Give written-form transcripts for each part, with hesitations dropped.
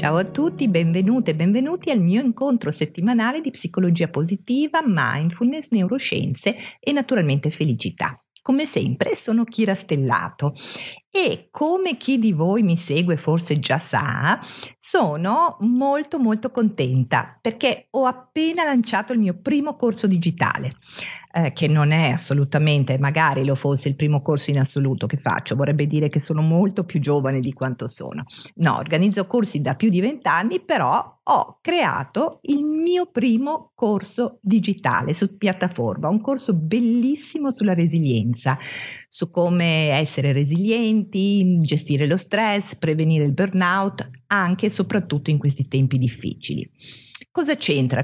Ciao a tutti, benvenute e benvenuti al mio incontro settimanale di psicologia positiva, mindfulness, neuroscienze e naturalmente felicità. Come sempre sono Kira Stellato e come chi di voi mi segue forse già sa, sono molto contenta perché ho appena lanciato il mio primo corso digitale, che non è assolutamente, magari lo fosse il primo corso in assoluto che faccio, vorrebbe dire che sono molto più giovane di quanto sono. No, organizzo corsi da più di 20 anni, però ho creato il mio primo corso digitale su piattaforma, un corso bellissimo sulla resilienza, su come essere resilienti, gestire lo stress, prevenire il burnout, anche e soprattutto in questi tempi difficili. Cosa c'entra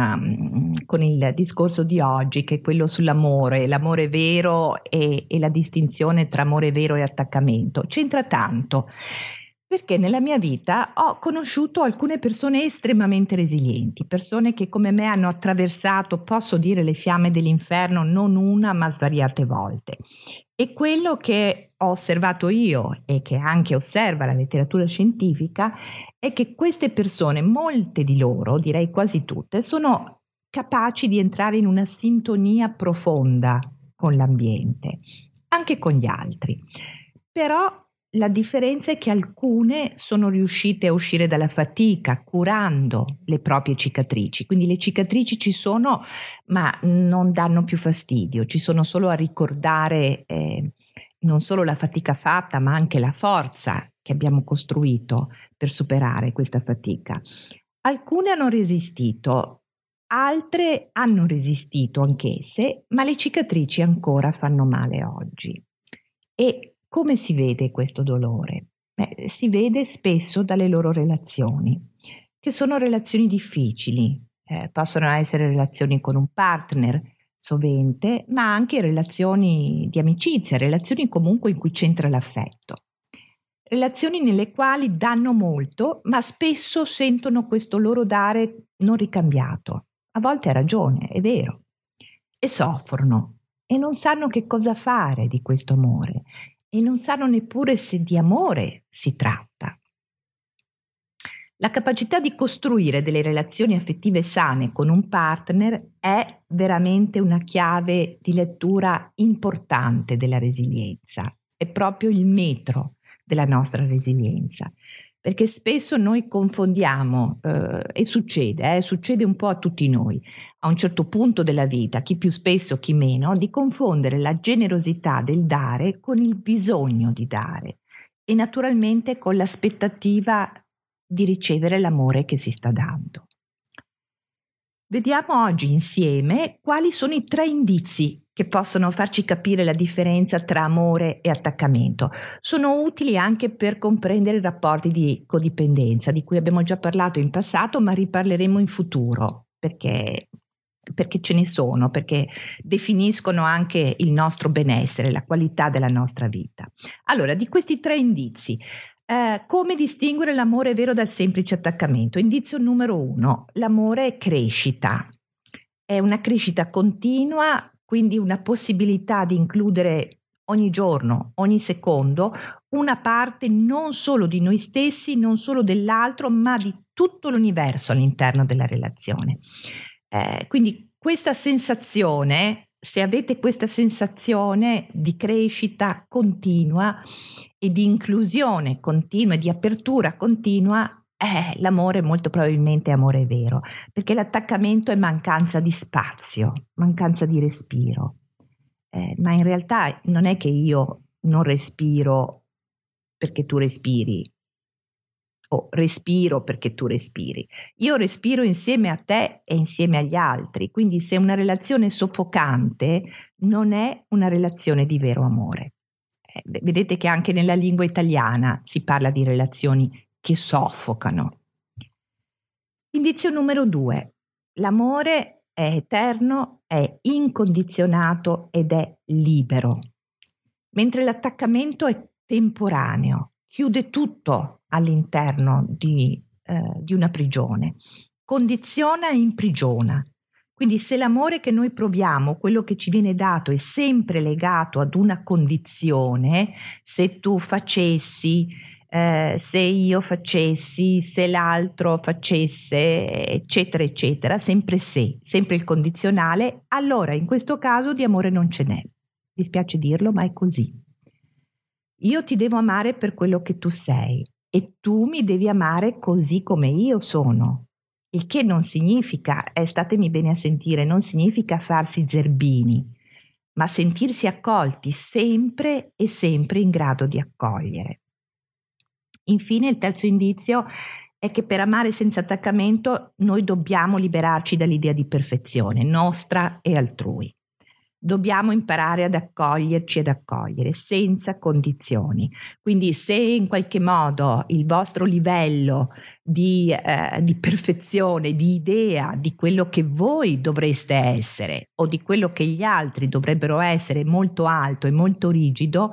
con il discorso di oggi, che è quello sull'amore, l'amore vero e la distinzione tra amore vero e attaccamento? C'entra tanto, perché nella mia vita ho conosciuto alcune persone estremamente resilienti, persone che come me hanno attraversato, posso dire, le fiamme dell'inferno non una ma svariate volte. E quello che ho osservato io e che anche osserva la letteratura scientifica è che queste persone, molte di loro, direi quasi tutte, sono capaci di entrare in una sintonia profonda con l'ambiente, anche con gli altri. Però la differenza è che alcune sono riuscite a uscire dalla fatica curando le proprie cicatrici, quindi le cicatrici ci sono ma non danno più fastidio, ci sono solo a ricordare non solo la fatica fatta ma anche la forza che abbiamo costruito per superare questa fatica. Alcune hanno resistito, altre hanno resistito anch'esse, ma le cicatrici ancora fanno male oggi. E come si vede questo dolore? Si vede spesso dalle loro relazioni, che sono relazioni difficili, possono essere relazioni con un partner, sovente, ma anche relazioni di amicizia, relazioni comunque in cui c'entra l'affetto. Relazioni nelle quali danno molto, ma spesso sentono questo loro dare non ricambiato. A volte ha ragione, è vero. E soffrono e non sanno che cosa fare di questo amore e non sanno neppure se di amore si tratta. La capacità di costruire delle relazioni affettive sane con un partner è veramente una chiave di lettura importante della resilienza, è proprio il metro della nostra resilienza, perché spesso noi confondiamo, e succede un po' a tutti noi, a un certo punto della vita, chi più spesso, chi meno, di confondere la generosità del dare con il bisogno di dare e naturalmente con l'aspettativa di ricevere l'amore che si sta dando. Vediamo oggi insieme quali sono i 3 indizi che possono farci capire la differenza tra amore e attaccamento. Sono utili anche per comprendere i rapporti di codipendenza, di cui abbiamo già parlato in passato, ma riparleremo in futuro, perché ce ne sono, perché definiscono anche il nostro benessere, la qualità della nostra vita. Allora, di questi 3 indizi, come distinguere l'amore vero dal semplice attaccamento? Indizio numero 1, l'amore è crescita. È una crescita continua, quindi una possibilità di includere ogni giorno, ogni secondo, una parte non solo di noi stessi, non solo dell'altro, ma di tutto l'universo all'interno della relazione. Quindi questa sensazione, se avete questa sensazione di crescita continua e di inclusione continua e di apertura continua, l'amore molto probabilmente è amore vero, perché l'attaccamento è mancanza di spazio, mancanza di respiro. Ma in realtà non è che io non respiro perché tu respiri, o respiro perché tu respiri. Io respiro insieme a te e insieme agli altri, quindi se una relazione è soffocante non è una relazione di vero amore. Vedete che anche nella lingua italiana si parla di relazioni che soffocano. Indizio numero 2. L'amore è eterno, è incondizionato ed è libero, mentre l'attaccamento è temporaneo, chiude tutto all'interno di una prigione, condiziona e imprigiona. Quindi se l'amore che noi proviamo, quello che ci viene dato, è sempre legato ad una condizione, se tu facessi, se io facessi, se l'altro facesse, eccetera, eccetera, sempre se, sempre il condizionale, allora in questo caso di amore non ce n'è. Dispiace dirlo, ma è così. Io ti devo amare per quello che tu sei e tu mi devi amare così come io sono. Il che non significa, statemi bene a sentire, non significa farsi zerbini, ma sentirsi accolti sempre e sempre in grado di accogliere. Infine, il terzo indizio è che per amare senza attaccamento noi dobbiamo liberarci dall'idea di perfezione, nostra e altrui. Dobbiamo imparare ad accoglierci ed accogliere senza condizioni. Quindi se in qualche modo il vostro livello di perfezione, di idea di quello che voi dovreste essere o di quello che gli altri dovrebbero essere è molto alto e molto rigido,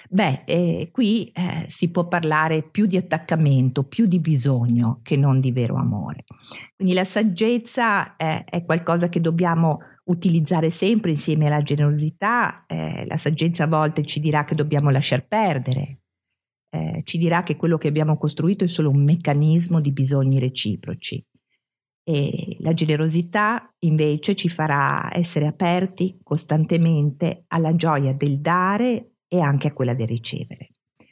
qui si può parlare più di attaccamento, più di bisogno che non di vero amore. Quindi la saggezza è qualcosa che dobbiamo utilizzare sempre insieme alla generosità. La saggezza a volte ci dirà che dobbiamo lasciar perdere, ci dirà che quello che abbiamo costruito è solo un meccanismo di bisogni reciproci, e la generosità invece ci farà essere aperti costantemente alla gioia del dare e anche a quella del ricevere.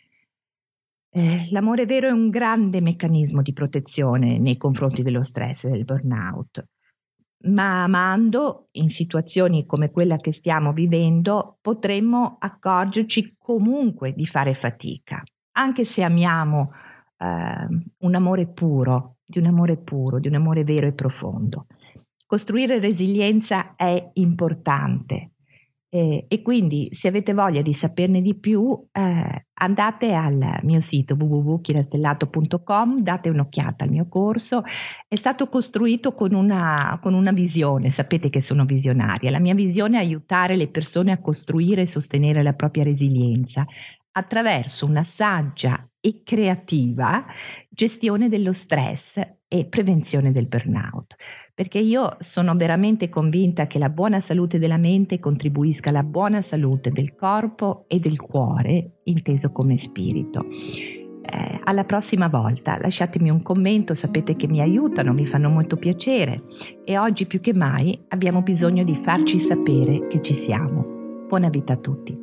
L'amore vero è un grande meccanismo di protezione nei confronti dello stress e del burnout. Ma amando, in situazioni come quella che stiamo vivendo, potremmo accorgerci comunque di fare fatica, anche se amiamo un amore puro, di un amore vero e profondo. Costruire resilienza è importante. E quindi se avete voglia di saperne di più, andate al mio sito www.chirastellato.com, date un'occhiata al mio corso. È stato costruito con una visione, sapete che sono visionaria. La mia visione è aiutare le persone a costruire e sostenere la propria resilienza attraverso una saggia e creativa gestione dello stress e prevenzione del burnout. Perché io sono veramente convinta che la buona salute della mente contribuisca alla buona salute del corpo e del cuore, inteso come spirito. Alla prossima volta lasciatemi un commento, sapete che mi aiutano, mi fanno molto piacere, e oggi più che mai abbiamo bisogno di farci sapere che ci siamo. Buona vita a tutti.